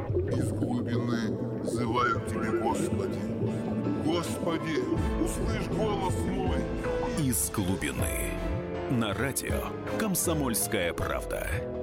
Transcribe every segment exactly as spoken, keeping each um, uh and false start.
Из глубины взываю к Тебе, Господи. Господи, услышь голос мой. Из глубины. На радио «Комсомольская правда».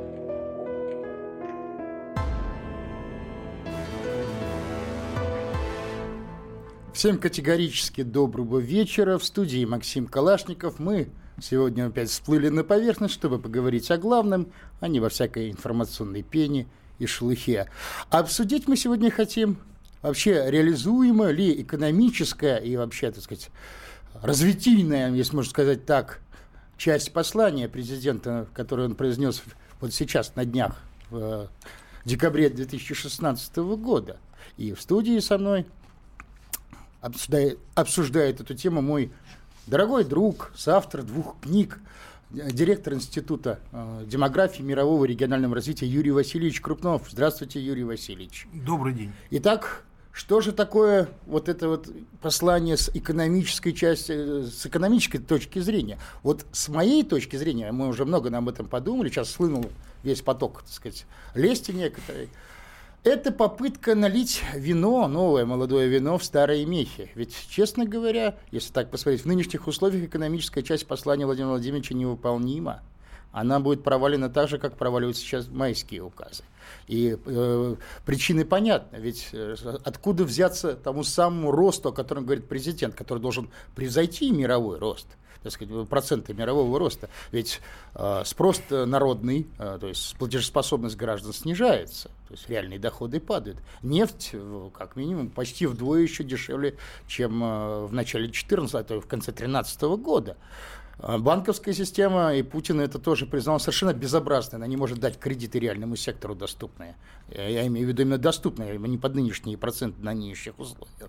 Всем категорически доброго вечера. В студии Максим Калашников. Мы сегодня опять всплыли на поверхность, чтобы поговорить о главном, а не во всякой информационной пене и шелухе. Обсудить мы сегодня хотим, вообще реализуема ли экономическая и вообще, так сказать, развитийная, если можно сказать так, часть послания президента, которое он произнес вот сейчас на днях, в декабре две тысячи шестнадцатого года. И в студии со мной обсуждает, обсуждает эту тему мой дорогой друг, соавтор двух книг, директор Института демографии, мирового и регионального развития Юрий Васильевич Крупнов. Здравствуйте, Юрий Васильевич. Добрый день. Итак, что же такое вот это вот послание с экономической части, с экономической точки зрения? Вот с моей точки зрения, мы уже много об этом подумали, сейчас слынул весь поток, так сказать, лести некоторые. Это попытка налить вино, новое молодое вино, в старые мехи. Ведь, честно говоря, если так посмотреть, в нынешних условиях экономическая часть послания Владимира Владимировича невыполнима. Она будет провалена так же, как проваливаются сейчас майские указы. И э, причины понятны. Ведь э, откуда взяться тому самому росту, о котором говорит президент, который должен превзойти мировой рост, так сказать, проценты мирового роста. Ведь э, спрос народный, э, то есть платежеспособность граждан снижается, то есть реальные доходы падают. Нефть, э, как минимум, почти вдвое еще дешевле, чем э, в начале две тысячи четырнадцатого, а то и в конце две тысячи тринадцатого года. Банковская система, и Путин это тоже признал, совершенно безобразной. Она не может дать кредиты реальному сектору доступные. Я имею в виду именно доступные, а не под нынешние проценты на нынешних условиях.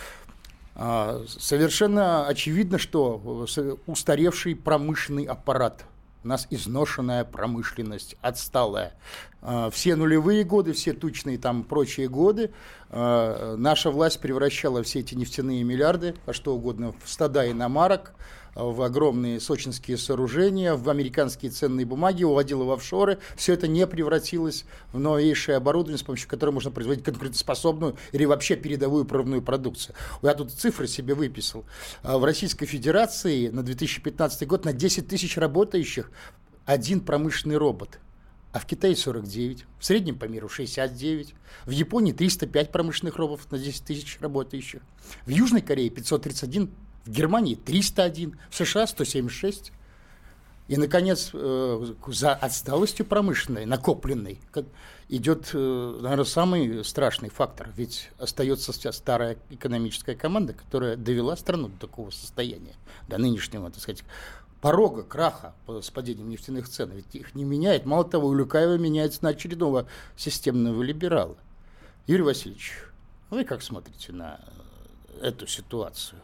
Совершенно очевидно, что устаревший промышленный аппарат, у нас изношенная промышленность, отсталая. Все нулевые годы, все тучные там прочие годы наша власть превращала все эти нефтяные миллиарды, а что угодно, в стада иномарок, в огромные сочинские сооружения, в американские ценные бумаги, уводила в офшоры. Все это не превратилось в новейшее оборудование, с помощью которого можно производить конкурентоспособную или вообще передовую прорывную продукцию. Я тут цифры себе выписал. В Российской Федерации на две тысячи пятнадцатый год на десять тысяч работающих один промышленный робот. А в Китае сорок девять, в среднем по миру шестьдесят девять, в Японии триста пять промышленных роботов на десять тысяч работающих, в Южной Корее пятьсот тридцать один, в Германии триста один, в США сто семьдесят шесть. И, наконец, за отсталостью промышленной, накопленной, идет, наверное, самый страшный фактор. Ведь остается сейчас старая экономическая команда, которая довела страну до такого состояния, до нынешнего, так сказать, порога, краха с падением нефтяных цен. Ведь их не меняет. Мало того, Улюкаева меняется на очередного системного либерала. Юрий Васильевич, вы как смотрите на эту ситуацию?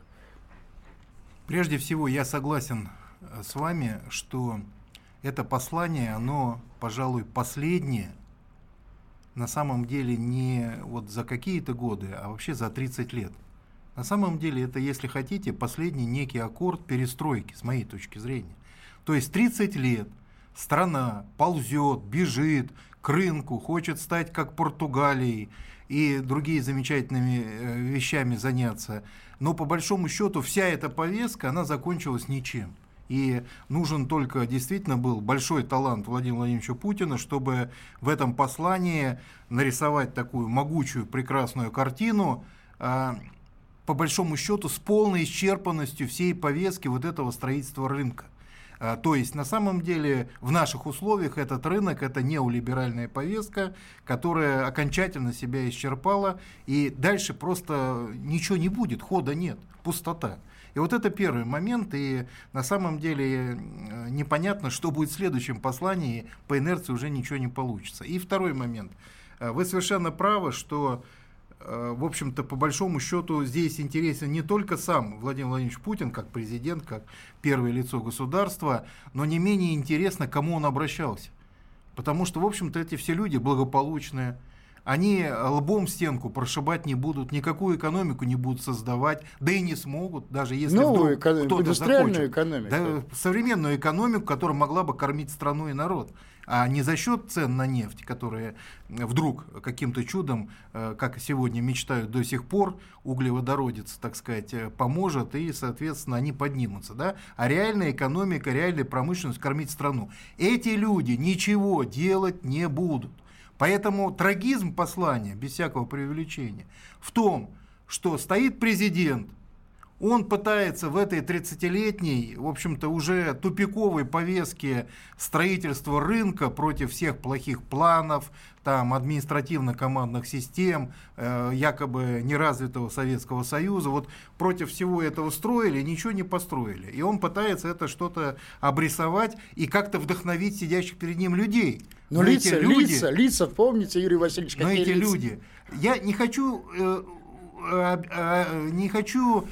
Прежде всего, я согласен с вами, что это послание, оно, пожалуй, последнее, на самом деле не вот за какие-то годы, а вообще за тридцать лет. На самом деле это, если хотите, последний некий аккорд перестройки, с моей точки зрения. То есть тридцать лет страна ползет, бежит к рынку, хочет стать как Португалией и другие замечательными вещами заняться. Но по большому счету вся эта повестка, она закончилась ничем. И нужен только действительно был большой талант Владимира Владимировича Путина, чтобы в этом послании нарисовать такую могучую, прекрасную картину, по большому счету с полной исчерпанностью всей повестки вот этого строительства рынка. То есть на самом деле в наших условиях этот рынок – это неолиберальная повестка, которая окончательно себя исчерпала, и дальше просто ничего не будет, хода нет, пустота. И вот это первый момент, и на самом деле непонятно, что будет в следующем послании, по инерции уже ничего не получится. И второй момент. Вы совершенно правы, что в общем-то, по большому счету, здесь интересен не только сам Владимир Владимирович Путин, как президент, как первое лицо государства, но не менее интересно, к кому он обращался. Потому что, в общем-то, эти все люди благополучные, они лбом в стенку прошибать не будут, никакую экономику не будут создавать, да и не смогут, даже если новую вдруг эконом... кто-то захочет. Экономику. Да, современную экономику, которая могла бы кормить страну и народ, а не за счет цен на нефть, которые вдруг каким-то чудом, как сегодня мечтают до сих пор, углеводородец, так сказать, поможет, и, соответственно, они поднимутся. Да? А реальная экономика, реальная промышленность кормить страну. Эти люди ничего делать не будут. Поэтому трагизм послания, без всякого преувеличения, в том, что стоит президент, он пытается в этой тридцатилетней, в общем-то, уже тупиковой повестке строительства рынка против всех плохих планов, там, административно-командных систем, э, якобы неразвитого Советского Союза, вот против всего этого строили, ничего не построили. И он пытается это что-то обрисовать и как-то вдохновить сидящих перед ним людей. Но, но лица, эти люди, лица, лица, помните, Юрий Васильевич, какие лица? Но эти люди, я не хочу... Э, не хочу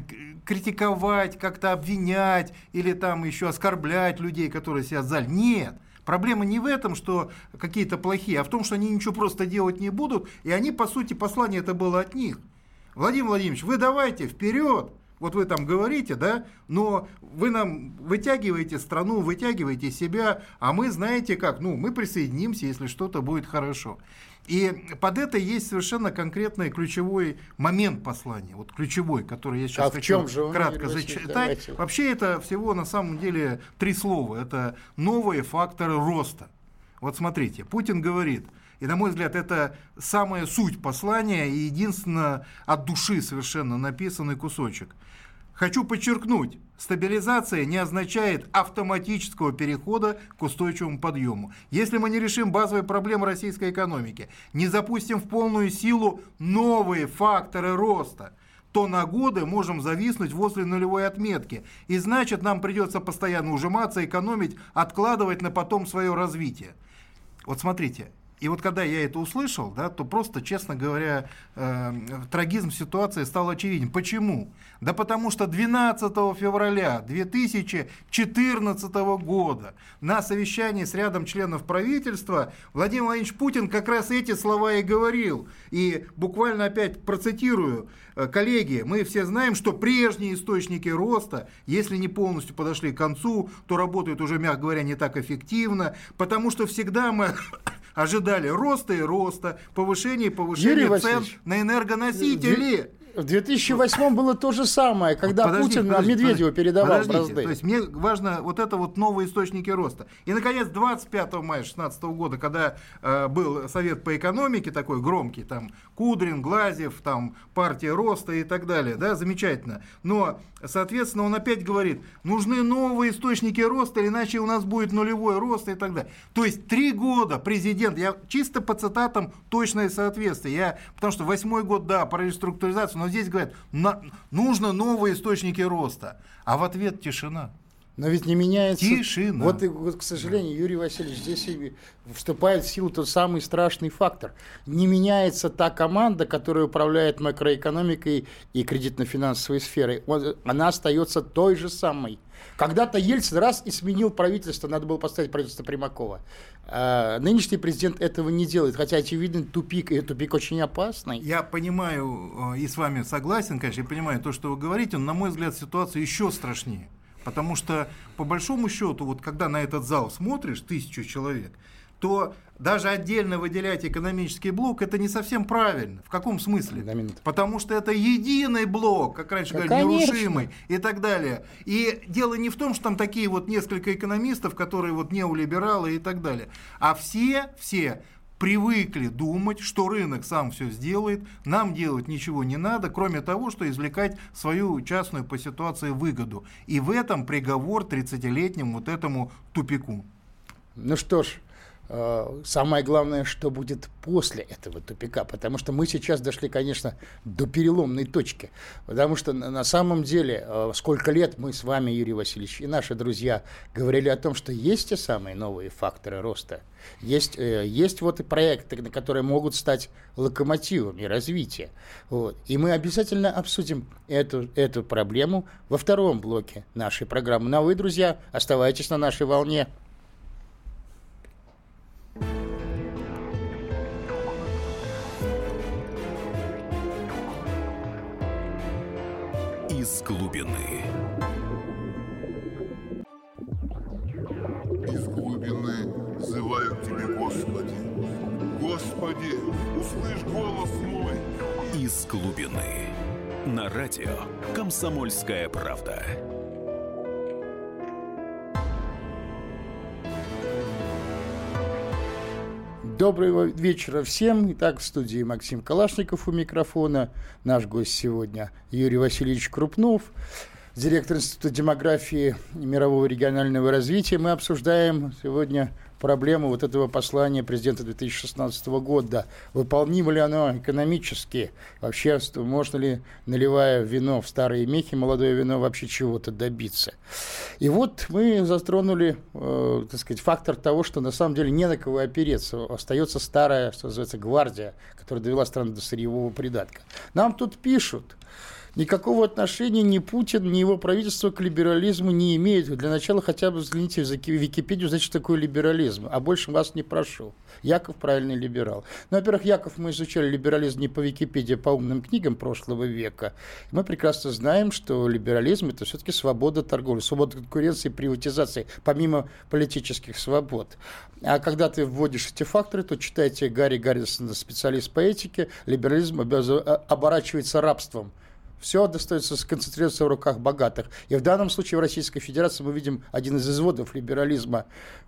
критиковать, как-то обвинять или там еще оскорблять людей, которые сидят в зале. Нет. Проблема не в этом, что какие-то плохие, а в том, что они ничего просто делать не будут, и они, по сути, послание это было от них. Владимир Владимирович, вы давайте вперед. Вот вы там говорите, да, но вы нам вытягиваете страну, вытягиваете себя, а мы, знаете как, ну, мы присоединимся, если что-то будет хорошо. И под это есть совершенно конкретный ключевой момент послания, вот ключевой, который я сейчас а хочу же кратко зачитать. Вообще это всего на самом деле три слова, это новые факторы роста. Вот смотрите, Путин говорит, и, на мой взгляд, это самая суть послания и единственно от души совершенно написанный кусочек. Хочу подчеркнуть, стабилизация не означает автоматического перехода к устойчивому подъему. Если мы не решим базовые проблемы российской экономики, не запустим в полную силу новые факторы роста, то на годы можем зависнуть возле нулевой отметки. И значит, нам придется постоянно ужиматься, экономить, откладывать на потом свое развитие. Вот смотрите. И вот когда я это услышал, да, то просто, честно говоря, э, трагизм ситуации стал очевиден. Почему? Да потому что двенадцатого февраля две тысячи четырнадцатого года на совещании с рядом членов правительства Владимир Владимирович Путин как раз эти слова и говорил. И буквально опять процитирую. Коллеги, мы все знаем, что прежние источники роста, если не полностью подошли к концу, то работают уже, мягко говоря, не так эффективно, потому что всегда мы... ожидали роста и роста, повышения и повышения цен на энергоносители. В две тысячи восьмом было то же самое, когда подождите, Путин подождите, Медведеву передавал бразды. То есть мне важно вот это вот новые источники роста. И, наконец, двадцать пятого мая две тысячи шестнадцатого года, когда э, был Совет по экономике такой громкий, там Кудрин, Глазьев, там партия роста и так далее, да, замечательно. Но, соответственно, он опять говорит, нужны новые источники роста, иначе у нас будет нулевой рост и так далее. То есть три года президент, я чисто по цитатам точное соответствие, я, потому что восьмой год, да, про реструктуризацию, но здесь говорят, на, нужно новые источники роста, а в ответ тишина. Но ведь не меняется... Тишина. Вот, и, вот, к сожалению, Юрий Васильевич, здесь и вступает в силу тот самый страшный фактор. Не меняется та команда, которая управляет макроэкономикой и кредитно-финансовой сферой. Она остается той же самой. Когда-то Ельцин раз и сменил правительство, надо было поставить правительство Примакова. А нынешний президент этого не делает, хотя очевидно тупик, и тупик очень опасный. Я понимаю и с вами согласен, конечно, я понимаю то, что вы говорите, но, на мой взгляд, ситуация еще страшнее. Потому что, по большому счету, вот когда на этот зал смотришь, тысячу человек, то даже отдельно выделять экономический блок, это не совсем правильно. В каком смысле? Потому что это единый блок, как раньше да, говорили, нерушимый и так далее. И дело не в том, что там такие вот несколько экономистов, которые вот неолибералы и так далее, а все, все привыкли думать, что рынок сам все сделает, нам делать ничего не надо, кроме того, что извлекать свою частную по ситуации выгоду. И в этом приговор тридцатилетнему вот этому тупику. Ну что ж, самое главное, что будет после этого тупика, потому что мы сейчас дошли, конечно, до переломной точки, потому что на самом деле, сколько лет мы с вами, Юрий Васильевич, и наши друзья говорили о том, что есть те самые новые факторы роста, есть, есть вот и проекты, которые могут стать локомотивами развития. Вот. И мы обязательно обсудим эту, эту проблему во втором блоке нашей программы. Ну а вы, друзья, оставайтесь на нашей волне. из глубины. Из глубины взывают тебе, Господи. Господи, услышь голос мой. Из глубины. На радио «Комсомольская правда». Доброго вечера всем. Итак, в студии Максим Калашников у микрофона. Наш гость сегодня Юрий Васильевич Крупнов, директор Института демографии и мирового регионального развития. Мы обсуждаем сегодня проблему вот этого послания президента две тысячи шестнадцатого года. Выполнимо ли оно экономически? Вообще, можно ли, наливая вино в старые мехи, молодое вино, вообще чего-то добиться? И вот мы затронули, э, так сказать, фактор того, что на самом деле не на кого опереться. Остается старая, что называется, гвардия, которая довела страну до сырьевого придатка. Нам тут пишут: никакого отношения ни Путин, ни его правительство к либерализму не имеют. Для начала хотя бы взгляните в Википедию, значит, что такое либерализм. А больше вас не прошу. Яков правильный либерал. Ну, во-первых, Яков, мы изучали либерализм не по Википедии, а по умным книгам прошлого века. И мы прекрасно знаем, что либерализм – это все-таки свобода торговли, свобода конкуренции, приватизации, помимо политических свобод. А когда ты вводишь эти факторы, то читайте Гарри Гаррисона, специалист по этике, либерализм оборачивается рабством. Все достается, сконцентрируется в руках богатых. И в данном случае в Российской Федерации мы видим один из изводов либерализма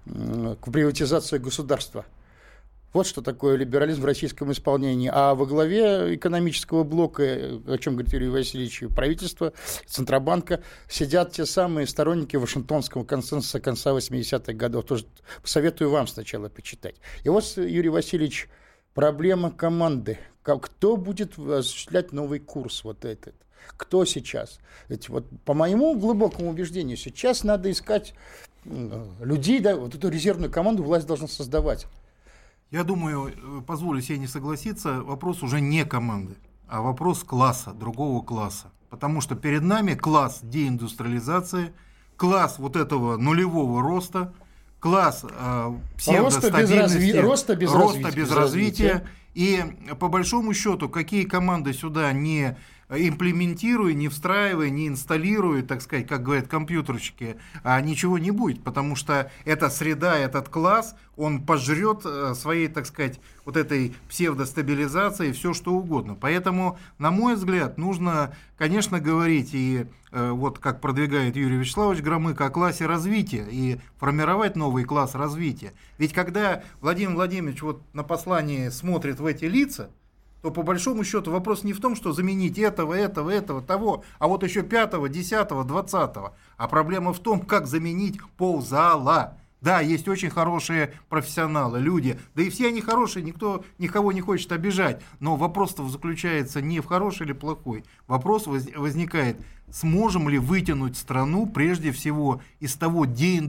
к приватизации государства. Вот что такое либерализм в российском исполнении. А во главе экономического блока, о чем говорит Юрий Васильевич, правительства, Центробанка, сидят те самые сторонники Вашингтонского консенсуса конца восьмидесятых годов. Тоже советую вам сначала почитать. И вот, Юрий Васильевич, проблема команды. Кто будет осуществлять новый курс вот этот? Кто сейчас? Ведь вот по моему глубокому убеждению, сейчас надо искать людей, да, вот эту резервную команду власть должна создавать. Я думаю, позволю себе не согласиться, вопрос уже не команды, а вопрос класса, другого класса. Потому что перед нами класс деиндустриализации, класс вот этого нулевого роста, класс э, псевдостабильности, роста без, разви... роста без, роста развития, без развития. И по большому счету, какие команды сюда не имплементируя, не встраивая, не инсталируя, так сказать, как говорят компьютерщики, а ничего не будет, потому что эта среда, этот класс, он пожрет своей, так сказать, вот этой псевдостабилизацией все что угодно. Поэтому, на мой взгляд, нужно, конечно, говорить и вот как продвигает Юрий Вячеславович Громыко, о классе развития и формировать новый класс развития. Ведь когда Владимир Владимирович вот на послании смотрит в эти лица, то по большому счету вопрос не в том, что заменить этого, этого, этого, того, а вот еще пятого, десятого, двадцатого. А проблема в том, как заменить ползала. Да, есть очень хорошие профессионалы, люди, да и все они хорошие, никто никого не хочет обижать. Но вопрос-то заключается не в хороший или плохой. Вопрос возникает, сможем ли вытянуть страну прежде всего из того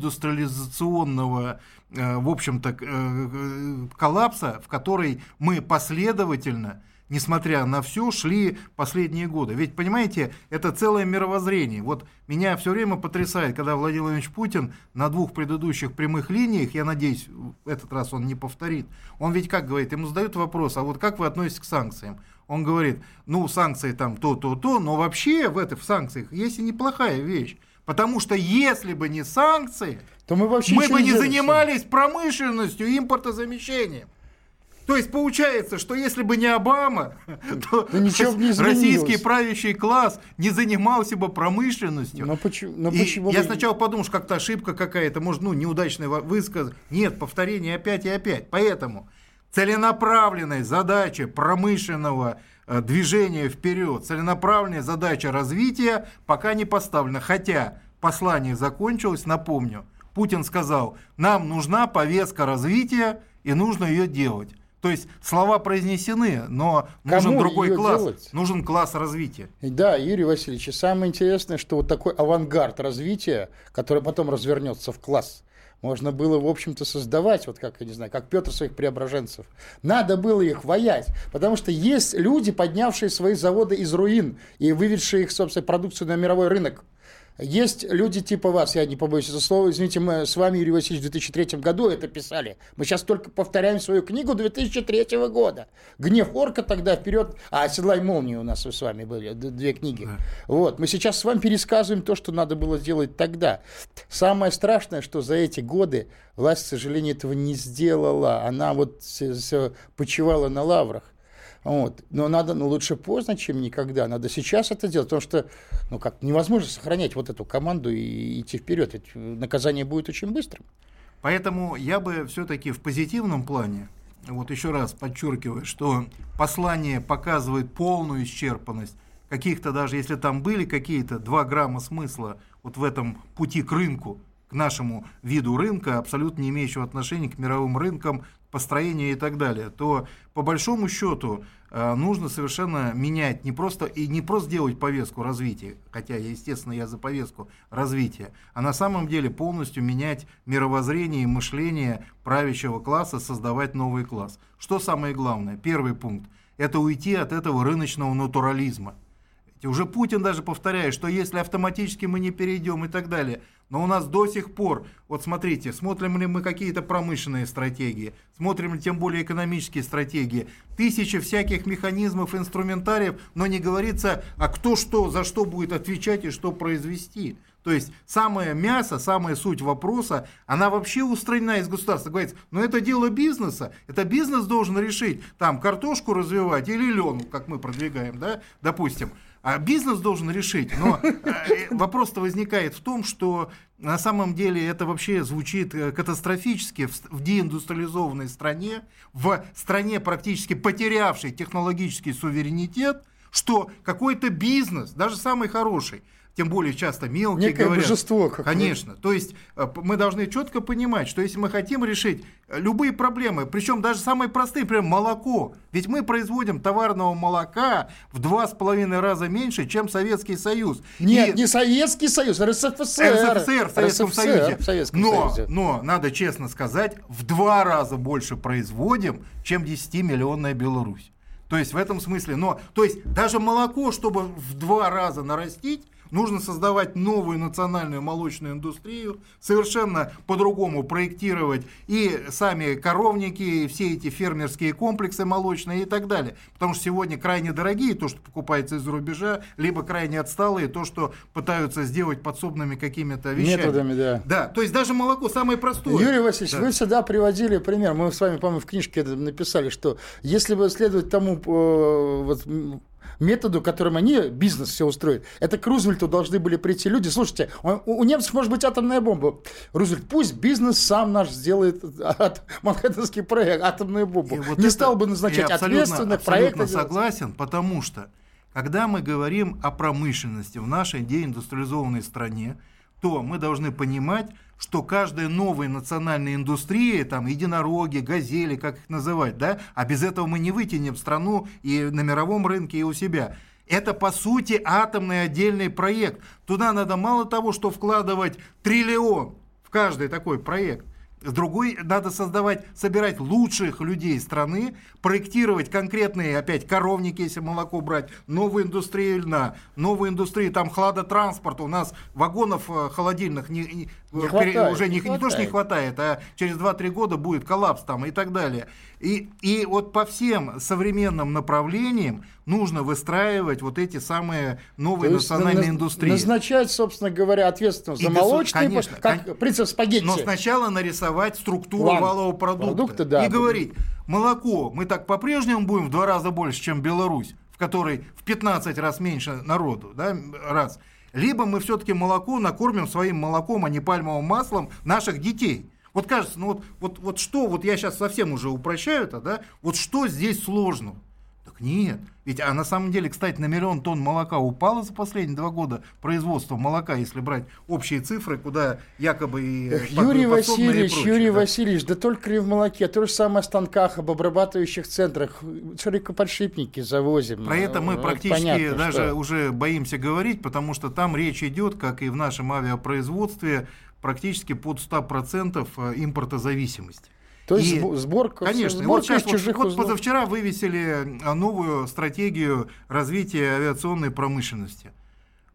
деиндустриализационного, в общем-то, коллапса, в который мы последовательно, несмотря на все, шли последние годы. Ведь, понимаете, это целое мировоззрение. Вот меня все время потрясает, когда Владимир Владимирович Путин на двух предыдущих прямых линиях, я надеюсь, в этот раз он не повторит, он ведь как говорит, ему задают вопрос, а вот как вы относитесь к санкциям? Он говорит, ну, санкции там то-то-то, но вообще в, это, в санкциях есть и неплохая вещь. Потому что если бы не санкции, то мы, вообще мы бы не занимались промышленностью и импортозамещением. То есть получается, что если бы не Обама, то да не российский правящий класс не занимался бы промышленностью. Но почему, но почему я вы... сначала подумал, что как-то ошибка какая-то, может, ну, неудачный высказ. Нет, повторение опять и опять. Поэтому целенаправленная задача промышленного движения вперед, целенаправленная задача развития пока не поставлена. Хотя послание закончилось, напомню, Путин сказал, нам нужна повестка развития и нужно ее делать. То есть слова произнесены, но нужен Кому другой класс, делать? Нужен класс развития. Да, Юрий Васильевич, и самое интересное, что вот такой авангард развития, который потом развернется в класс, можно было, в общем-то, создавать, вот как, я не знаю, как Петр своих преображенцев. Надо было их воять, потому что есть люди, поднявшие свои заводы из руин и выведшие их, собственно, продукцию на мировой рынок. Есть люди типа вас, я не побоюсь этого слова, извините, мы с вами, Юрий Васильевич, в две тысячи третьем году это писали. Мы сейчас только повторяем свою книгу две тысячи третьего года. «Гнев орка» тогда вперед, а «Оседлай молнию» у нас с вами были, две книги. Да. Вот, мы сейчас с вами пересказываем то, что надо было сделать тогда. Самое страшное, что за эти годы власть, к сожалению, этого не сделала. Она вот почивала на лаврах. Вот. Но надо, ну, лучше поздно, чем никогда. Надо сейчас это делать, потому что, ну, как, невозможно сохранять вот эту команду и идти вперед. Ведь наказание будет очень быстрым. Поэтому я бы все-таки в позитивном плане, вот еще раз подчеркиваю, что послание показывает полную исчерпанность каких-то, даже если там были какие-то два грамма смысла вот в этом пути к рынку, к нашему виду рынка, абсолютно не имеющего отношения к мировым рынкам, построению и так далее, то по большому счету нужно совершенно менять не просто и не просто делать повестку развития, хотя, естественно, я за повестку развития, а на самом деле полностью менять мировоззрение и мышление правящего класса, создавать новый класс. Что самое главное? Первый пункт – это уйти от этого рыночного натурализма. Уже Путин даже повторяет, что если автоматически мы не перейдем и так далее, но у нас до сих пор, вот смотрите, смотрим ли мы какие-то промышленные стратегии, смотрим ли тем более экономические стратегии, тысячи всяких механизмов, инструментариев, но не говорится, а кто что, за что будет отвечать и что произвести. То есть самое мясо, самая суть вопроса, она вообще устранена из государства. Говорится, но это дело бизнеса, это бизнес должен решить, там картошку развивать или лен, как мы продвигаем, да, допустим. А бизнес должен решить, но вопрос-то возникает в том, что на самом деле это вообще звучит катастрофически в деиндустриализованной стране, в стране, практически потерявшей технологический суверенитет, что какой-то бизнес, даже самый хороший, тем более часто мелкие некое говорят. Божество какое-то. Конечно. То есть мы должны четко понимать, что если мы хотим решить любые проблемы, причем даже самые простые, например, молоко, ведь мы производим товарного молока в два с половиной раза меньше, чем Советский Союз. Нет, И... не Советский Союз, а РСФСР. РСФСР в Советском РСФСР, Союзе. В Советском но, Союзе. но, надо честно сказать, в два раза больше производим, чем десятимиллионная Беларусь. То есть в этом смысле, но, то есть даже молоко, чтобы в два раза нарастить, нужно создавать новую национальную молочную индустрию, совершенно по-другому проектировать и сами коровники, и все эти фермерские комплексы молочные и так далее. Потому что сегодня крайне дорогие то, что покупается из-за рубежа, либо крайне отсталые то, что пытаются сделать подсобными какими-то вещами. Методами, да. Да, то есть даже молоко самое простое. Юрий Васильевич, да. Вы всегда приводили пример, мы с вами, по-моему, в книжке написали, что если бы следовать тому... Э, вот, методу, которым они бизнес все устроят. Это к Рузвельту должны были прийти люди. Слушайте, у, у немцев может быть атомная бомба. Рузвельт, пусть бизнес сам наш сделает от Манхэттенский проект, атомную бомбу. Вот не стал бы назначать ответственных проектов. Я абсолютно согласен, потому что, когда мы говорим о промышленности в нашей деиндустриализованной стране, то мы должны понимать, что каждая новая национальная индустрия, там единороги, газели, как их называть, да, а без этого мы не вытянем страну и на мировом рынке, и у себя. Это, по сути, атомный отдельный проект. Туда надо мало того, что вкладывать триллион в каждый такой проект. С другой, надо создавать, собирать лучших людей страны, проектировать конкретные, опять, коровники, если молоко брать, новую индустрию льна, новую индустрию, там, хладотранспорта. У нас вагонов холодильных не, не, не хватает, уже не, не, не то, что не хватает, а через два-три года будет коллапс там и так далее. И, и вот по всем современным направлениям нужно выстраивать вот эти самые новые национальные на, индустрии. Назначать, собственно говоря, ответственность за молочные, конечно, как кон... принцип спагетти. Но сначала нарисовать структуру План. валового продукта. Продукты, да. И говорить, молоко мы так по-прежнему будем в два раза больше, чем Беларусь, в которой в пятнадцать раз меньше народу, да, раз. Либо мы все-таки молоко накормим своим молоком, а не пальмовым маслом наших детей. Вот кажется, ну вот, вот, вот что, вот я сейчас совсем уже упрощаю это, да, вот что здесь сложного? Так нет. Ведь, а на самом деле, кстати, на миллион тонн молока упало за последние два года производство молока, если брать общие цифры, куда якобы и... Эх, Юрий Васильевич, прочее, Юрий да? Васильевич, да только ли в молоке, то же самое о станках, об обрабатывающих центрах, широкоподшипники завозим. Про это мы вот практически понятно, даже что... уже боимся говорить, потому что там речь идет, как и в нашем авиапроизводстве, практически под сто процентов импортозависимости. То есть и, сборка, конечно, сборка вот сейчас из чужих вот, узлов. вот позавчера вывесили новую стратегию развития авиационной промышленности.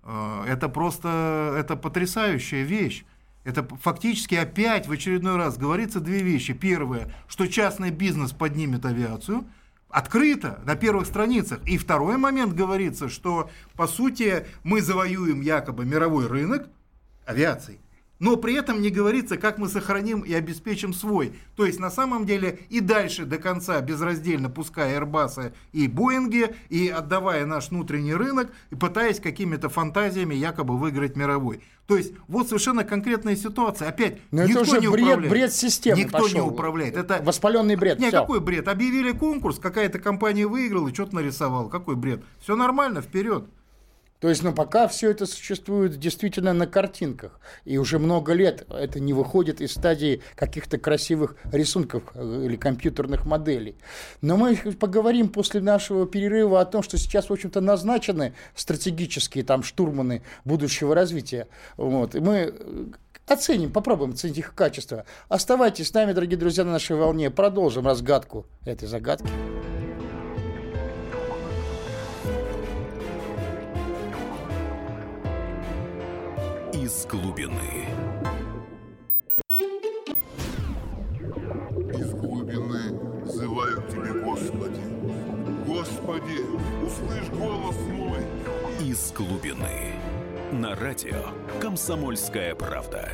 Это просто, это потрясающая вещь. Это фактически опять в очередной раз говорится две вещи. Первое, что частный бизнес поднимет авиацию. Открыто, на первых страницах. И второй момент говорится, что, по сути, мы завоюем якобы мировой рынок авиации. Но при этом не говорится, как мы сохраним и обеспечим свой. То есть, на самом деле, и дальше до конца безраздельно пуская Airbus и Boeing, и отдавая наш внутренний рынок, и пытаясь какими-то фантазиями якобы выиграть мировой. То есть, вот совершенно конкретная ситуация. Опять, но никто это уже не бред, управляет. Бред системы Никто пошел. не управляет. Это воспаленный бред. Нет, Всё. какой бред? Объявили конкурс, какая-то компания выиграла, что-то нарисовала. Какой бред? Все нормально, вперед. То есть, ну, пока все это существует действительно на картинках, и уже много лет это не выходит из стадии каких-то красивых рисунков или компьютерных моделей. Но мы поговорим после нашего перерыва о том, что сейчас, в общем-то, назначены стратегические там штурманы будущего развития. Вот. И мы оценим, попробуем оценить их качество. Оставайтесь с нами, дорогие друзья, на нашей волне. Продолжим разгадку этой загадки. Из глубины. Из глубины взывают тебе, Господи. Господи, услышь голос мой. Из глубины. На радио «Комсомольская правда».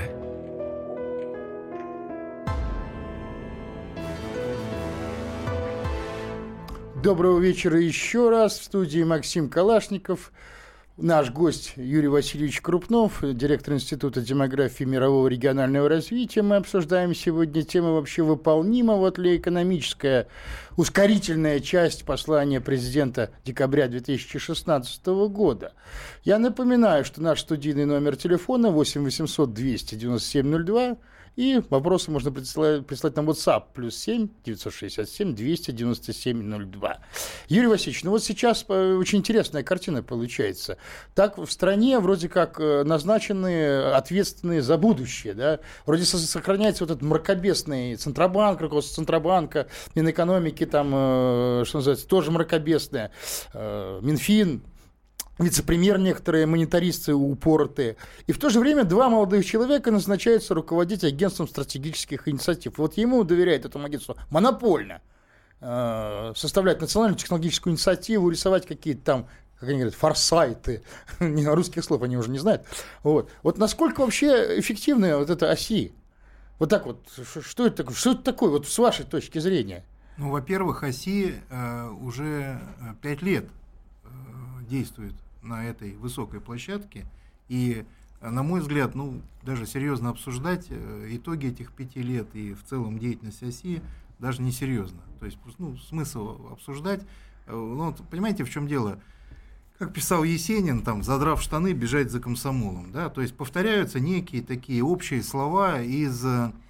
Доброго вечера еще раз. В студии Максим Калашников. Наш гость Юрий Васильевич Крупнов, директор Института демографии и мирового регионального развития. Мы обсуждаем сегодня тему, вообще выполнима вот ли экономическая ускорительная часть послания президента декабря две тысячи шестнадцатого года. Я напоминаю, что наш студийный номер телефона восемь восемьсот двести девяносто семь ноль два. И вопросы можно прислать, прислать на WhatsApp плюс семь девятьсот шестьдесят семь двести девяносто семь ноль два. Юрий Васильевич, ну вот сейчас очень интересная картина получается. Так в стране вроде как назначены ответственные за будущее, да? Вроде сохраняется вот этот мракобесный Центробанк, руководство Центробанка, Минэкономики там, что называется, тоже мракобесное, Минфин, вице-премьер, некоторые монетаристы упоротые. И в то же время два молодых человека назначаются руководить агентством стратегических инициатив. Вот ему доверяет этому агентству монопольно э, составлять национальную технологическую инициативу, рисовать какие-то там, как они говорят, форсайты. Не на русских слов они уже не знают. Вот, вот насколько вообще эффективная вот эта ОСИ? Вот так вот, что это такое? Что это такое, вот с вашей точки зрения? Ну, во-первых, ОСИ э, уже пять лет э, действует на этой высокой площадке, и, на мой взгляд, ну, даже серьезно обсуждать итоги этих пяти лет и в целом деятельность ОСИ даже не серьезно. То есть, ну, смысл обсуждать, ну, понимаете, в чем дело? Как писал Есенин, там, задрав штаны, бежать за комсомолом, да, то есть повторяются некие такие общие слова из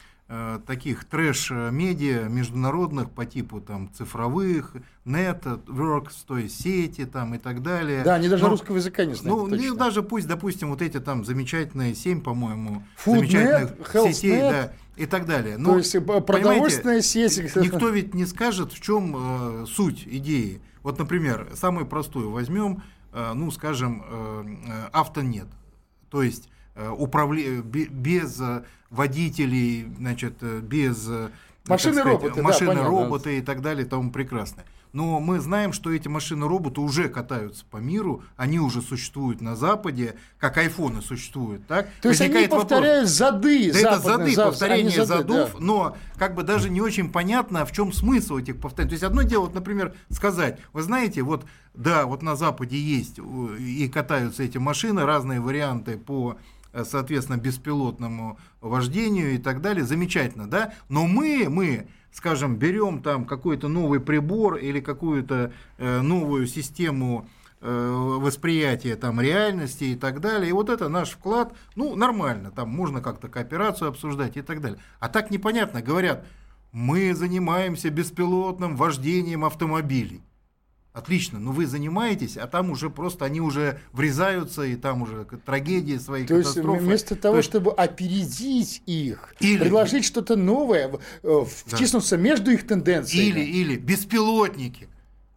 э, таких трэш-медиа международных по типу там цифровых, networks, то есть сети там и так далее. Да, они даже Но, русского языка не знают. Ну, не, даже пусть, допустим, вот эти там замечательные семь, по-моему, Foodnet, замечательных Healthnet, сетей, да, и так далее. Но, то есть продовольственная сеть. Никто ведь не скажет, в чем э, суть идеи. Вот, например, самую простую возьмем, э, ну, скажем, э, автонет. То есть э, управле... без водителей, значит, без машины-роботы, машины-роботы, да, и так далее и тому прекрасное. Но мы знаем, что эти машины-роботы уже катаются по миру, они уже существуют на Западе, как айфоны существуют, так? То есть они повторяют вопрос, зады, да, это зады, зад, повторение зады, задов, да. Но как бы даже не очень понятно, в чем смысл этих повторений. То есть одно дело, вот, например, сказать, вы знаете, вот, да, вот на Западе есть и катаются эти машины, разные варианты по, соответственно, беспилотному вождению и так далее, замечательно, да? Но мы, мы, скажем, берем там какой-то новый прибор или какую-то э, новую систему э, восприятия там реальности и так далее, и вот это наш вклад, ну, нормально, там можно как-то кооперацию обсуждать и так далее. А так непонятно, говорят, мы занимаемся беспилотным вождением автомобилей. Отлично, но вы занимаетесь, а там уже просто они уже врезаются, и там уже трагедии свои, то катастрофы. То есть вместо того, есть... чтобы опередить их, или... предложить что-то новое, втиснуться да. между их тенденциями. Или, или беспилотники.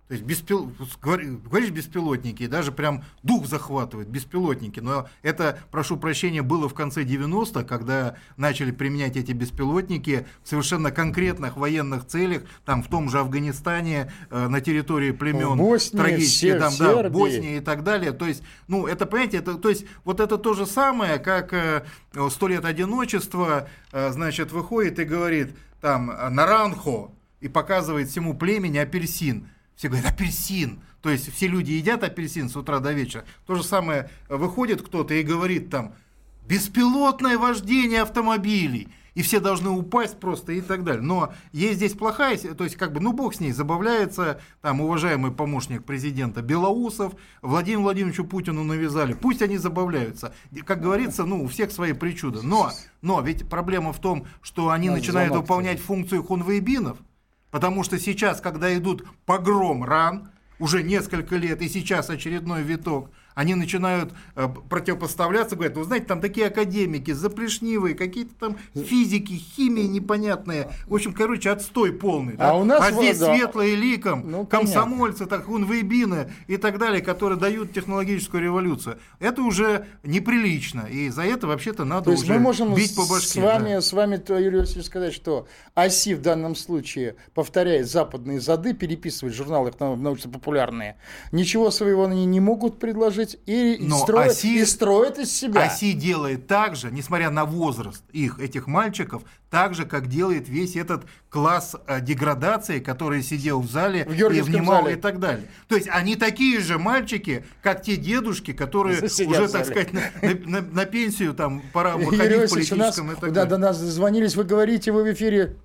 То есть беспил... говоришь беспилотники, даже прям дух захватывает, беспилотники. Но это, прошу прощения, было в конце девяностых, когда начали применять эти беспилотники в совершенно конкретных военных целях, там в том же Афганистане, э, на территории племен Боснии, трагические, там, Сербии. да, Боснии и так далее. То есть, ну, это, понимаете, это, то есть, вот это то же самое, как э, «Сто лет одиночества», э, значит, выходит и говорит, там, «Наранхо», и показывает всему племени апельсин. Все говорят, апельсин. То есть все люди едят апельсин с утра до вечера. То же самое, выходит кто-то и говорит там, беспилотное вождение автомобилей. И все должны упасть просто и так далее. Но есть здесь плохая, то есть как бы, ну бог с ней, забавляется там уважаемый помощник президента Белоусов, Владимиру Владимировичу Путину навязали. Пусть они забавляются. Как говорится, ну у всех свои причуды. Но, но ведь проблема в том, что они Надо начинают замолчать. выполнять функцию хунвейбинов. Потому что сейчас, когда идут погром ран, уже несколько лет, и сейчас очередной виток, они начинают э, противопоставляться, говорят, вы знаете, там такие академики, заплешнивые, какие-то там физики, химии непонятные. В общем, короче, отстой полный. Да? А, у нас а здесь да. светлые ликом, ну, комсомольцы, так, хунвейбины и так далее, которые дают технологическую революцию. Это уже неприлично, и за это вообще-то надо То уже мы можем бить по башке. С вами, да. с вами, Юрий Васильевич, сказать, что ОСИ в данном случае повторяет западные зады, переписывает журналы научно-популярные, ничего своего они не могут предложить, И, и, строит, оси, и строит из себя. ОСИ делает так же, несмотря на возраст их, этих мальчиков, так же, как делает весь этот класс э, деградации, который сидел в зале в и внимал зале. и так далее. То есть они такие же мальчики, как те дедушки, которые Засидят уже, так сказать, на, на, на, на пенсию там пора выходить в политическом и так да, далее. До нас дозвонились, вы говорите, вы в эфире.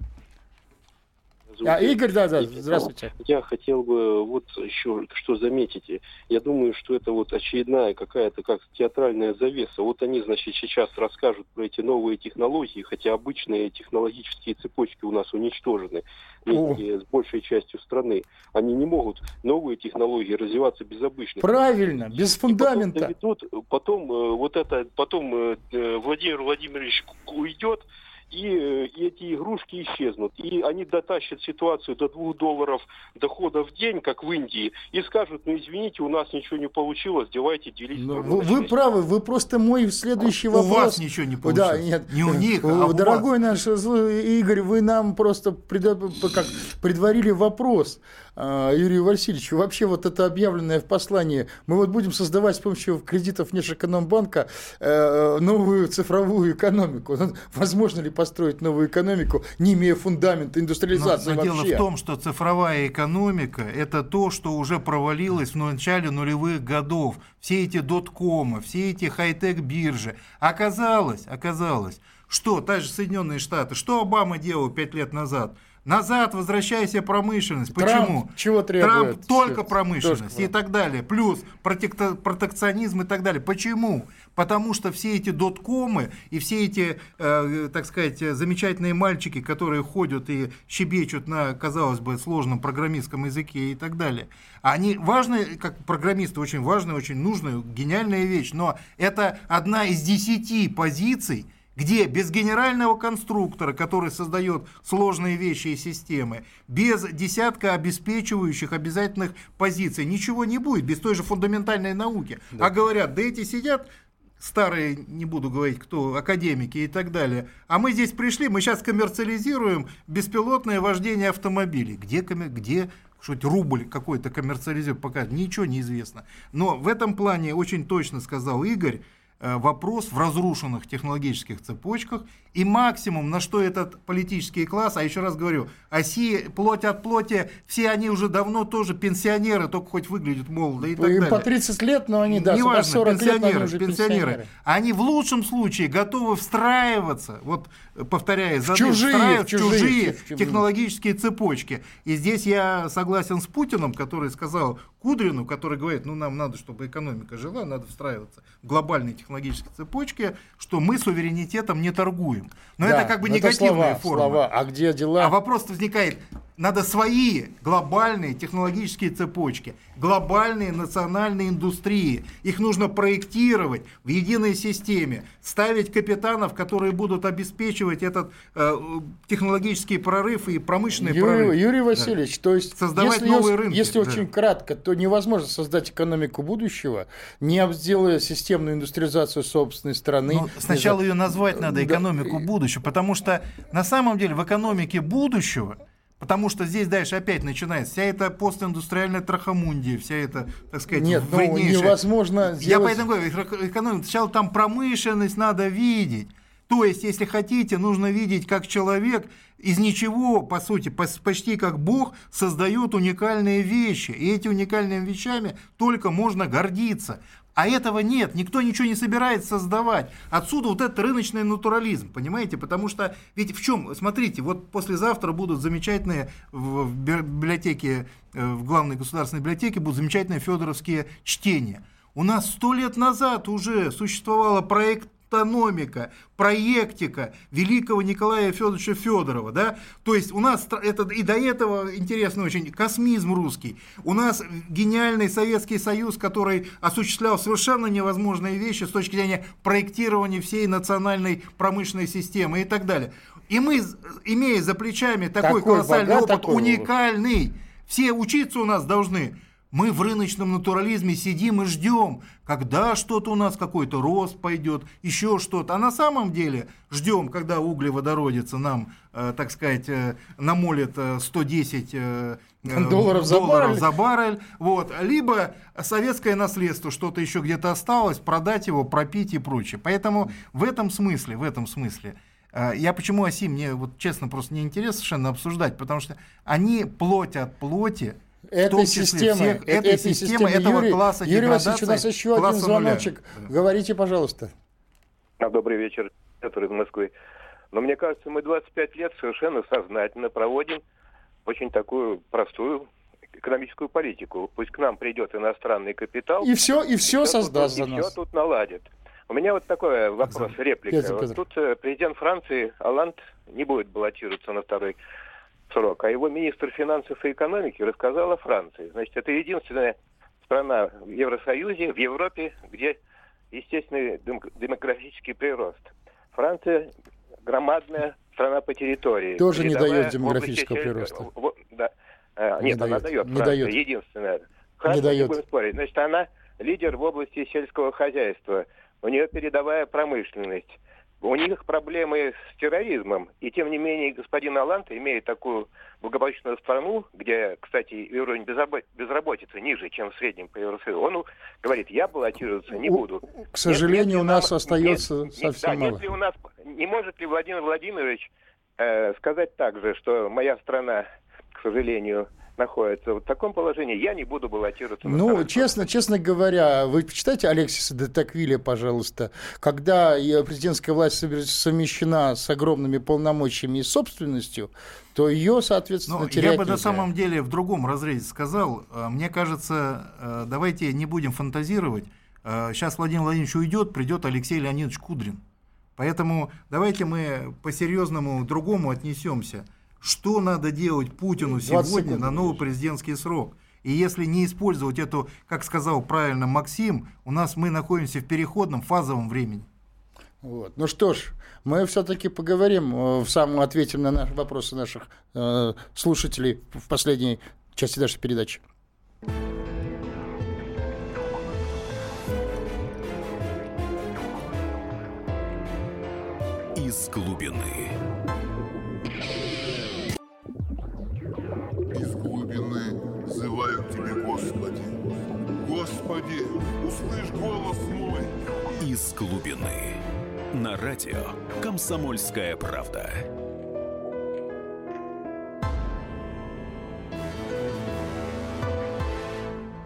А, Игорь, да, да, здравствуйте. Я хотел бы вот еще что заметить. Я думаю, что это вот очередная какая-то как театральная завеса. Вот они, значит, сейчас расскажут про эти новые технологии, хотя обычные технологические цепочки у нас уничтожены вместе с большей частью страны. Они не могут новые технологии развиваться без обычных. Правильно, без фундамента. И потом, доведут, потом вот это, потом Владимир Владимирович уйдет. И, и эти игрушки исчезнут. И они дотащат ситуацию до двух долларов дохода в день, как в Индии, и скажут, ну извините, у нас ничего не получилось, давайте делить. Вы, вы правы, вы просто мой следующий у вопрос. У вас ничего не получилось. Да, нет. Не у них, а у Дорогой вас. наш Игорь, вы нам просто пред, как, предварили вопрос. Юрию Васильевичу, вообще вот это объявленное в послании, мы вот будем создавать с помощью кредитов Внешэкономбанка новую цифровую экономику. Возможно ли построить новую экономику, не имея фундамента индустриализации но, но вообще? Дело в том, что цифровая экономика – это то, что уже провалилось в начале нулевых годов. Все эти доткомы, все эти хай-тек биржи. Оказалось, оказалось, что та же Соединенные Штаты, что Обама делал пять лет назад – назад возвращайся промышленность. Почему? Трамп чего требует? Трамп только промышленность и так далее. Плюс протекционизм и так далее. Почему? Потому что все эти доткомы и все эти, э, так сказать, замечательные мальчики, которые ходят и щебечут на, казалось бы, сложном программистском языке и так далее, они важны, как программисты, очень важная, очень нужная, гениальная вещь, но это одна из десяти позиций, где без генерального конструктора, который создает сложные вещи и системы, без десятка обеспечивающих обязательных позиций ничего не будет, без той же фундаментальной науки. Да. А говорят, да эти сидят, старые, не буду говорить кто, академики и так далее, а мы здесь пришли, мы сейчас коммерциализируем беспилотное вождение автомобилей. Где, где что-то рубль какой-то коммерциализирует, пока ничего не известно. Но в этом плане очень точно сказал Игорь, вопрос в разрушенных технологических цепочках, и максимум, на что этот политический класс, а еще раз говорю, оси, плоть от плоти, все они уже давно тоже пенсионеры, только хоть выглядят молодо и так Им далее. по тридцать лет, но они, да, неважно, сорок пенсионеры, лет, они уже пенсионеры. пенсионеры. Они в лучшем случае готовы встраиваться, вот повторяя, в чужие, встраивать в чужие, чужие, в чужие технологические цепочки. И здесь я согласен с Путиным, который сказал Кудрину, который говорит, ну нам надо, чтобы экономика жила, надо встраиваться в глобальные технологии. технологической цепочке, что мы суверенитетом не торгуем. Но да, это как бы это негативная слова, форма. Слова. А где дела? А вопрос возникает, надо свои глобальные технологические цепочки, глобальные национальные индустрии. Их нужно проектировать в единой системе, ставить капитанов, которые будут обеспечивать этот э, технологический прорыв и промышленный Юрий, прорыв. Юрий Васильевич, да. То есть создавать если, новые рынки. Если да. очень кратко, то невозможно создать экономику будущего, не сделая системную индустриализацию собственной страны. Но сначала ее назвать надо экономику да. будущего, потому что на самом деле в экономике будущего, потому что здесь дальше опять начинается вся эта постиндустриальная трахомундия, вся эта, так сказать, Нет, вреднейшая... ну, невозможно Я сделать... поэтому говорю, экономика, сначала там промышленность надо видеть. То есть, если хотите, нужно видеть, как человек из ничего, по сути, почти как Бог, создает уникальные вещи. И эти уникальными вещами только можно гордиться. А этого нет, никто ничего не собирается создавать. Отсюда вот этот рыночный натурализм, понимаете? Потому что, ведь в чем, смотрите, вот послезавтра будут замечательные в библиотеке, в главной государственной библиотеке будут замечательные федоровские чтения. У нас сто лет назад уже существовала проект экономика, проектика великого Николая Федоровича Федорова, да, то есть у нас это и до этого интересно очень космизм русский, у нас гениальный Советский Союз, который осуществлял совершенно невозможные вещи с точки зрения проектирования всей национальной промышленной системы и так далее. И мы, имея за плечами такой, такой колоссальный опыт, такой уникальный, все учиться у нас должны. Мы в рыночном натурализме сидим и ждем, когда что-то у нас, какой-то рост пойдет, еще что-то. А на самом деле ждем, когда углеводородица нам, э, так сказать, э, намолит э, сто десять э, долларов, за, долларов баррель. за баррель. Вот. Либо советское наследство, что-то еще где-то осталось, продать его, пропить и прочее. Поэтому в этом смысле, в этом смысле, э, я почему оси, мне вот честно просто не интересно совершенно обсуждать, потому что они плоть от плоти, Этой системы, всех, этой, этой системы этого Юрий, класса Юрий Васильевич, у нас еще один звоночек. Нуля. Говорите, пожалуйста. Добрый вечер, Петр из Москвы. Но мне кажется, мы двадцать пять лет совершенно сознательно проводим очень такую простую экономическую политику. Пусть к нам придет иностранный капитал. И все, и все, и все создаст тут, за и нас. Все тут наладит. У меня вот такой вопрос, реплика. Петр, вот Петр. Тут президент Франции Олланд не будет баллотироваться на второй срок, а его министр финансов и экономики рассказал о Франции. Значит, это единственная страна в Евросоюзе, в Европе, где естественный демографический прирост. Франция громадная страна по территории. Тоже не дает демографического прироста. В, да. а, нет, не она дает. дает. Не Франция дает. единственная. Франция, не дает. Не будем спорить. Значит, она лидер в области сельского хозяйства. У нее передовая промышленность. У них проблемы с терроризмом, и тем не менее господин Олланд, имея такую благополучную страну, где, кстати, уровень безработицы ниже, чем в среднем по Евросоюзу, он говорит, я баллотироваться не буду. К сожалению, у нас нам, остается нет, совсем да, мало. Если у нас, не может ли Владимир Владимирович э, сказать также, что моя страна, к сожалению, находится в таком положении, я не буду баллотироваться. Ну, честно, честно говоря, вы почитайте Алексиса де Токвиля, пожалуйста, когда президентская власть совмещена с огромными полномочиями и собственностью, то ее, соответственно, Но терять я бы нельзя. на самом деле в другом разрезе сказал. Мне кажется, давайте не будем фантазировать. Сейчас Владимир Владимирович уйдет, придет Алексей Леонидович Кудрин. Поэтому давайте мы по-серьезному другому отнесемся. Что надо делать Путину сегодня на новый президентский срок? И если не использовать эту, как сказал правильно Максим, у нас мы находимся в переходном фазовом времени. Вот. Ну что ж, мы все-таки поговорим, в самом ответим на наши вопросы наших э, слушателей в последней части нашей передачи. Из глубины. Из глубины взываю к Тебе, Господи. Господи, услышь голос мой. Из глубины. На радио «Комсомольская правда».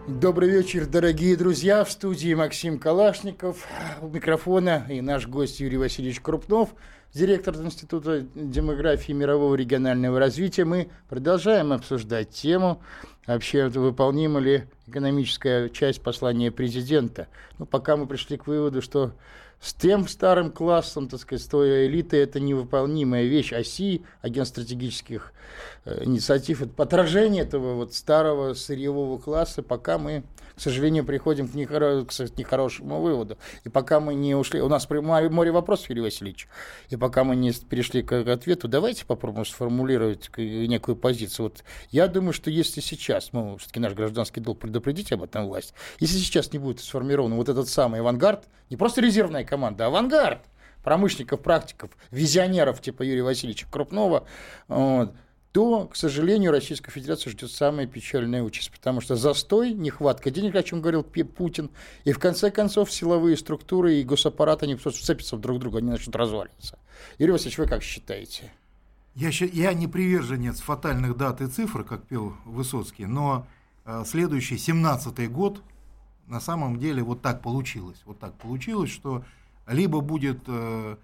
Добрый вечер, дорогие друзья. В студии Максим Калашников. У микрофона и наш гость Юрий Васильевич Крупнов, директор Института демографии и мирового регионального развития. Мы продолжаем обсуждать тему, вообще выполнима ли экономическая часть послания президента. Ну, пока мы пришли к выводу, что с тем старым классом, так сказать, с той элитой, это невыполнимая вещь. Оси, агент стратегических э, инициатив, это отражение этого вот старого сырьевого класса, пока мы, к сожалению, приходим к, нехоро... к нехорошему выводу. И пока мы не ушли... У нас море вопросов, Юрий Васильевич. И пока мы не перешли к ответу, давайте попробуем сформулировать некую позицию. Вот я думаю, что если сейчас, ну, все-таки наш гражданский долг предупредить об этом власть, если сейчас не будет сформирован вот этот самый авангард, не просто резервная команда, а авангард промышленников, практиков, визионеров типа Юрия Васильевича Крупнова, вот, то, к сожалению, Российскую Федерацию ждет самая печальная участь, потому что застой, нехватка денег, о чем говорил Путин, и в конце концов силовые структуры и госаппарат, они просто вцепятся друг в друга, они начнут разваливаться. Юрий Васильевич, вы как считаете? Я, я не приверженец фатальных дат и цифр, как пел Высоцкий, но э, следующий семнадцатый год на самом деле вот так получилось. Вот так получилось, что либо будет, э,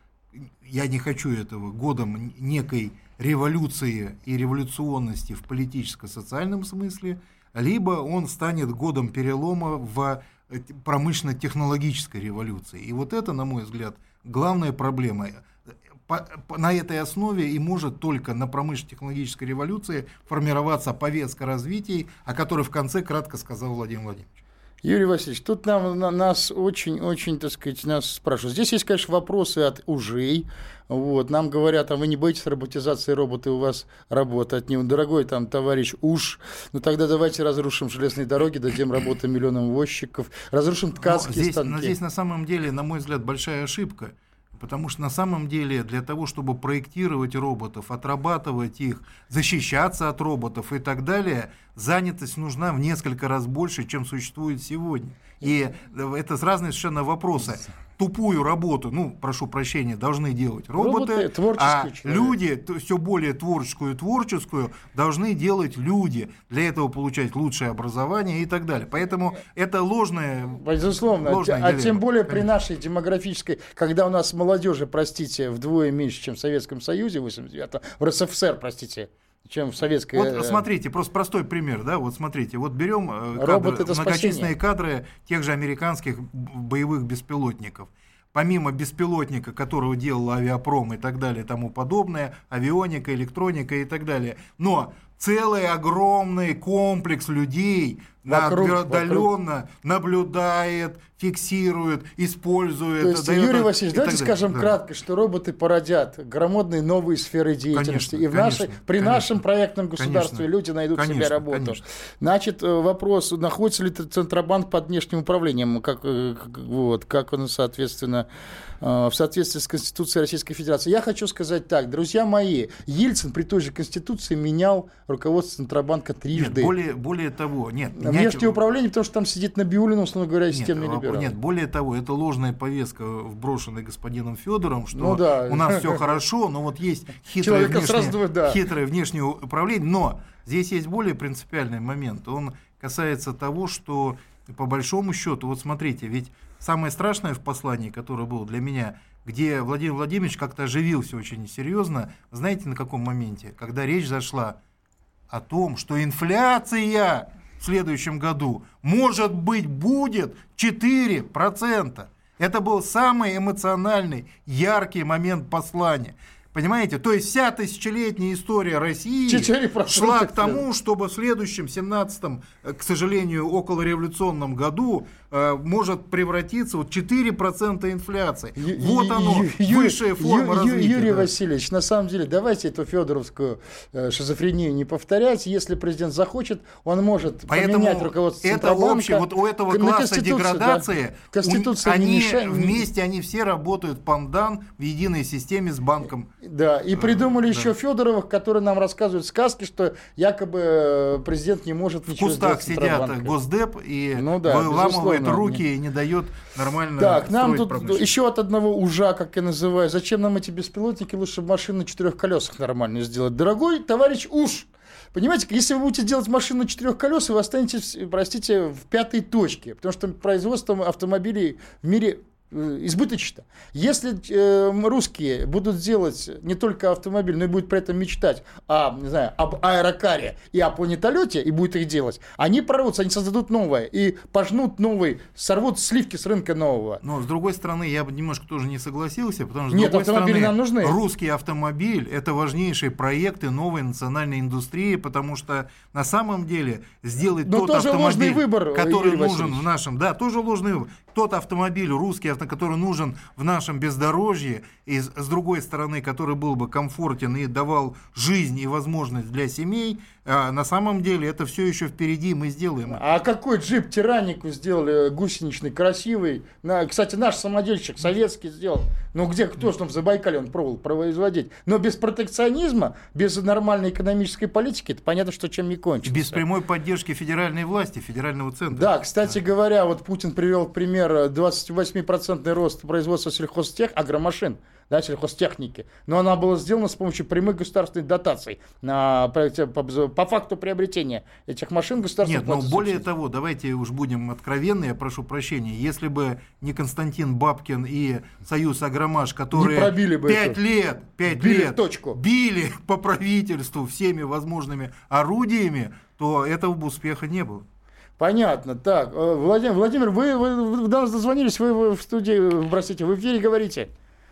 я не хочу этого, годом некой революции и революционности в политическо-социальном смысле, либо он станет годом перелома в промышленно-технологической революции. И вот это, на мой взгляд, главная проблема. По, по, на этой основе и может только на промышленно-технологической революции формироваться повестка развития, о которой в конце кратко сказал Владимир Владимирович. Юрий Васильевич, тут нам, на, нас очень-очень, так сказать, нас спрашивают. Здесь есть, конечно, вопросы от ужей. Вот, нам говорят, а вы не боитесь роботизации, роботы у вас работают. Не, дорогой там товарищ уж, ну тогда давайте разрушим железные дороги, дадим работу миллионам возчиков, разрушим ткацкие здесь, станки. Здесь на самом деле, на мой взгляд, большая ошибка. Потому что на самом деле для того, чтобы проектировать роботов, отрабатывать их, защищаться от роботов и так далее, занятость нужна в несколько раз больше, чем существует сегодня. И это разные совершенно вопросы. Тупую работу, ну, прошу прощения, должны делать роботы, роботы а человек. Люди, все более творческую и творческую, должны делать люди. Для этого получать лучшее образование и так далее. Поэтому это ложное. Безусловно. Ложное а деление. Тем более при нашей демографической, когда у нас молодежи, простите, вдвое меньше, чем в Советском Союзе, в восемьдесят девятом, в РСФСР, простите, чем в советской... Вот смотрите, просто простой пример, да, вот смотрите, вот берем кадры, многочисленные кадры тех же американских боевых беспилотников. Помимо беспилотника, которого делал авиапром и так далее, и тому подобное, авионика, электроника и так далее. Но целый огромный комплекс людей вокруг, отдаленно вокруг. наблюдает, фиксирует, использует. То есть, Юрий Васильевич, давайте скажем да. кратко, что роботы породят громадные новые сферы деятельности. Конечно, и в конечно, нашей, при конечно, нашем проектном государстве конечно, люди найдут конечно, себе работу. Конечно. Значит, вопрос, находится ли Центробанк под внешним управлением, как, вот, как он, соответственно, в соответствии с Конституцией Российской Федерации. Я хочу сказать так, друзья мои, Ельцин при той же Конституции менял руководство Центробанка трижды. Нет, более, более того, нет. Внешнее управление, потому что там сидит Набиуллин, условно говоря, системный либерал. Нет, более того, это ложная повестка, вброшенная господином Федором, что ну, да. у нас все хорошо, но вот есть хитрое внешнее, да. хитрое внешнее управление. Но здесь есть более принципиальный момент. Он касается того, что по большому счету, вот смотрите, ведь самое страшное в послании, которое было для меня, где Владимир Владимирович как-то оживился очень серьезно, знаете, на каком моменте? Когда речь зашла о том, что инфляция в следующем году, может быть, будет четыре процента. Это был самый эмоциональный, яркий момент послания. Понимаете? То есть вся тысячелетняя история России шла к тому, чтобы в следующем семнадцатом, к сожалению, околореволюционном году э, может превратиться в четыре процента инфляции. Ю- вот оно, ю- высшая форма ю- развития. Юрий да. Васильевич, на самом деле, давайте эту федоровскую э, шизофрению не повторять. Если президент захочет, он может Поэтому поменять руководство это Центробанка. Общее, вот у этого класса деградации, да. Конституция у, они не мешает. Вместе они все работают пандан в единой системе с банком. Да, и придумали да. еще Федоровых, которые нам рассказывают сказки, что якобы президент не может ничего сделать. В кустах сидят Госдеп и ну, да, выламывает руки не... и не дает нормально так, нам тут промышленность. Еще от одного ужа, как я называю, зачем нам эти беспилотники, лучше машины на четырех колесах нормально сделать. Дорогой товарищ уж, понимаете, если вы будете делать машину на четырех колесах, вы останетесь, простите, в пятой точке, потому что производство автомобилей в мире избыточно. Если э, русские будут делать не только автомобиль, но и будут при этом мечтать о, не знаю, об аэрокаре и о планетолете, и будут их делать, они прорвутся, они создадут новое и пожнут новый, сорвут сливки с рынка нового. Но с другой стороны, я бы немножко тоже не согласился, потому что с Нет, другой автомобили стороны, нам нужны. Русский автомобиль – это важнейшие проекты новой национальной индустрии, потому что на самом деле сделать Но тот тоже ложный автомобиль, выбор, который Юрий нужен Васильевич. в нашем, да, тоже ложный выбор. Тот автомобиль русский, авто, который нужен в нашем бездорожье, и с, с другой стороны, который был бы комфортен и давал жизнь и возможность для семей, а на самом деле это все еще впереди, мы сделаем. А какой джип Тиранику сделали гусеничный, красивый? На, кстати, наш самодельщик советский сделал. Ну где, кто же там в Забайкале он пробовал производить? Но без протекционизма, без нормальной экономической политики, это понятно, что чем не кончится. Без прямой поддержки федеральной власти, федерального центра. Да, кстати да. говоря, вот Путин привел пример двадцать восемь процентов рост производства сельхозтех, агромашин, да, сельхозтехники. Но она была сделана с помощью прямых государственных дотаций на, по, по, по факту приобретения этих машин государственных. Нет, но более того, давайте уж будем откровенны, я прошу прощения, если бы не Константин Бабкин и Союз Агромаш, которые пять лет, пять лет точку. били по правительству всеми возможными орудиями, то этого бы успеха не было. Понятно. Так, Владимир, Владимир, вы, вы, вы до нас дозвонились, вы, вы в студии, простите, в эфире говорите.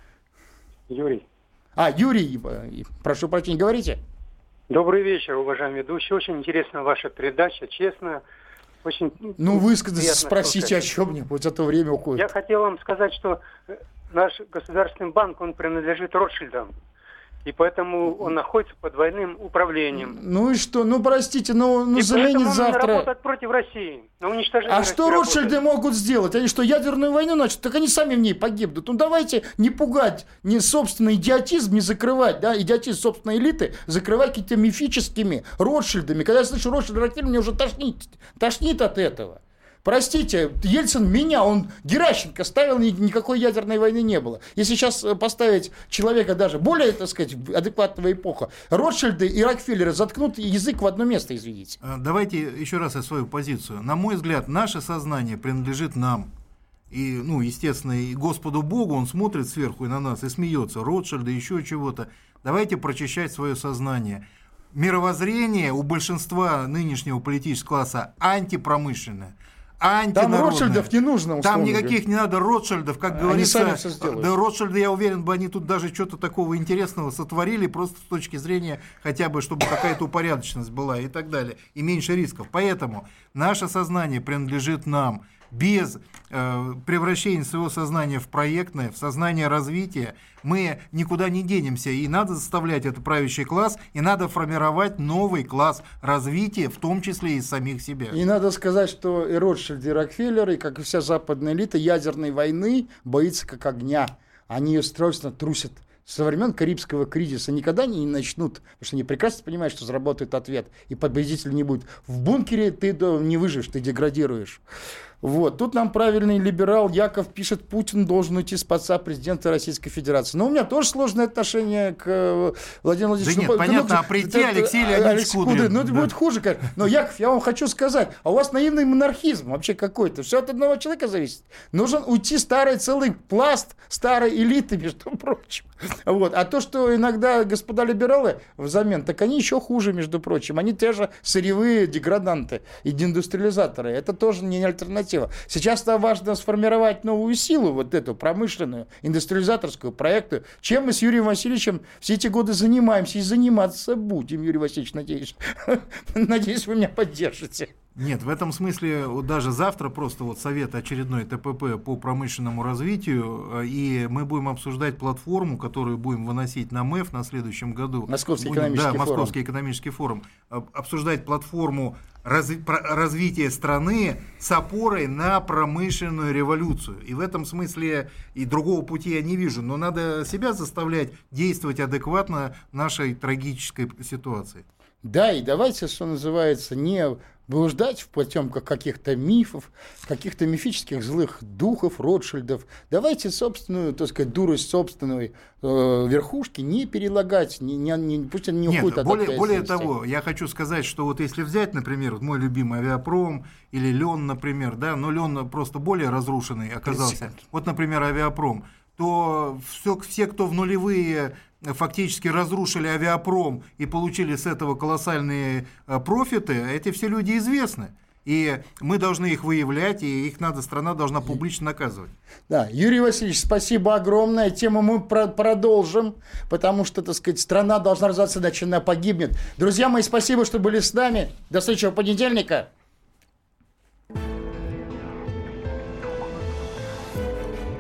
Юрий. А, Юрий, прошу прощения, говорите. Добрый вечер, уважаемый ведущий. Очень интересна ваша передача, честно. Очень ну, высказаться, спросите о чем-нибудь, а то время уходит. Я хотел вам сказать, что наш государственный банк, он принадлежит Ротшильдам. И поэтому он находится под двойным управлением. Ну и что? Ну, простите, ну, ну заменит завтра... И работает против России. На уничтожение а России что Ротшильды работает. могут сделать? Они что, ядерную войну начнут? Так они сами в ней погибнут. Ну, давайте не пугать, не собственный идиотизм не закрывать, да, идиотизм собственной элиты, закрывать какими-то мифическими Ротшильдами. Когда я слышу Ротшильд Рокфеллер, мне уже тошнит, тошнит от этого. Простите, Ельцин меня, он Геращенко ставил, никакой ядерной войны не было. Если сейчас поставить человека даже более, так сказать, адекватного эпоха, Ротшильды и Рокфеллеры заткнут язык в одно место, извините. Давайте еще раз я свою позицию. На мой взгляд, наше сознание принадлежит нам. И, ну, естественно, и Господу Богу, он смотрит сверху и на нас и смеется. Ротшильды, еще чего-то. Давайте прочищать свое сознание. Мировоззрение у большинства нынешнего политического класса антипромышленное. Там Ротшильдов не нужно. Там никаких говоря. не надо Ротшильдов, как они говорится. Да, Ротшильды, я уверен, бы они тут даже что-то такого интересного сотворили, просто с точки зрения хотя бы, чтобы какая-то упорядоченность была и так далее, и меньше рисков. Поэтому наше сознание принадлежит нам. Без э, превращения своего сознания в проектное, в сознание развития, мы никуда не денемся. И надо заставлять этот правящий класс, и надо формировать новый класс развития, в том числе и самих себя. И надо сказать, что и Ротшильды, и Рокфеллеры, как и вся западная элита, ядерной войны боится как огня. Они ее стройственно трусят. Со времен Карибского кризиса никогда не начнут, потому что они прекрасно понимают, что заработает ответ, и победителя не будет. В бункере ты не выживешь, ты деградируешь. Вот. Тут нам правильный либерал Яков пишет, Путин должен уйти с поста президента Российской Федерации. Но у меня тоже сложное отношение к Владимиру Владимировичу. Да нет, ну, понятно, ну, а прийти это, Алексей Леонидович Кудрин. Ну, это да. будет хуже, конечно. Но, Яков, я вам хочу сказать, а у вас наивный монархизм вообще какой-то. Все от одного человека зависит. Нужен уйти старый целый пласт старой элиты, между прочим. Вот. А то, что иногда господа либералы взамен, так они еще хуже, между прочим. Они те же сырьевые деграданты и деиндустриализаторы. Это тоже не альтернатива. Сейчас-то важно сформировать новую силу, вот эту промышленную, индустриализаторскую, проектную. Чем мы с Юрием Васильевичем все эти годы занимаемся и заниматься будем, Юрий Васильевич, надеюсь. Надеюсь, вы меня поддержите. Нет, в этом смысле вот даже завтра просто вот совет очередной ТПП по промышленному развитию, и мы будем обсуждать платформу, которую будем выносить на МЭФ на следующем году. Московский будем, экономический да, форум. Московский экономический форум. Обсуждать платформу разви- развития страны с опорой на промышленную революцию. И в этом смысле и другого пути я не вижу. Но надо себя заставлять действовать адекватно нашей трагической ситуации. Да, и давайте, что называется, не блуждать в потемках каких-то мифов, каких-то мифических злых духов, Ротшильдов. Давайте собственную, так сказать, дурость собственной э, верхушки не перелагать, не, не, не, пусть они не Нет, уходят от более, ответственности. более того, я хочу сказать, что вот если взять, например, вот мой любимый авиапром или Лен, например, да, но Лен просто более разрушенный оказался. Вот, например, авиапром, то все, все, кто в нулевые фактически разрушили авиапром и получили с этого колоссальные профиты, эти все люди известны. И мы должны их выявлять, и их надо, страна должна публично наказывать. Да, Юрий Васильевич, спасибо огромное. Тему мы про- продолжим, потому что, так сказать, страна должна развиваться, иначе она погибнет. Друзья мои, спасибо, что были с нами. До следующего понедельника.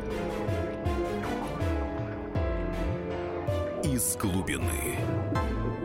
Из глубины.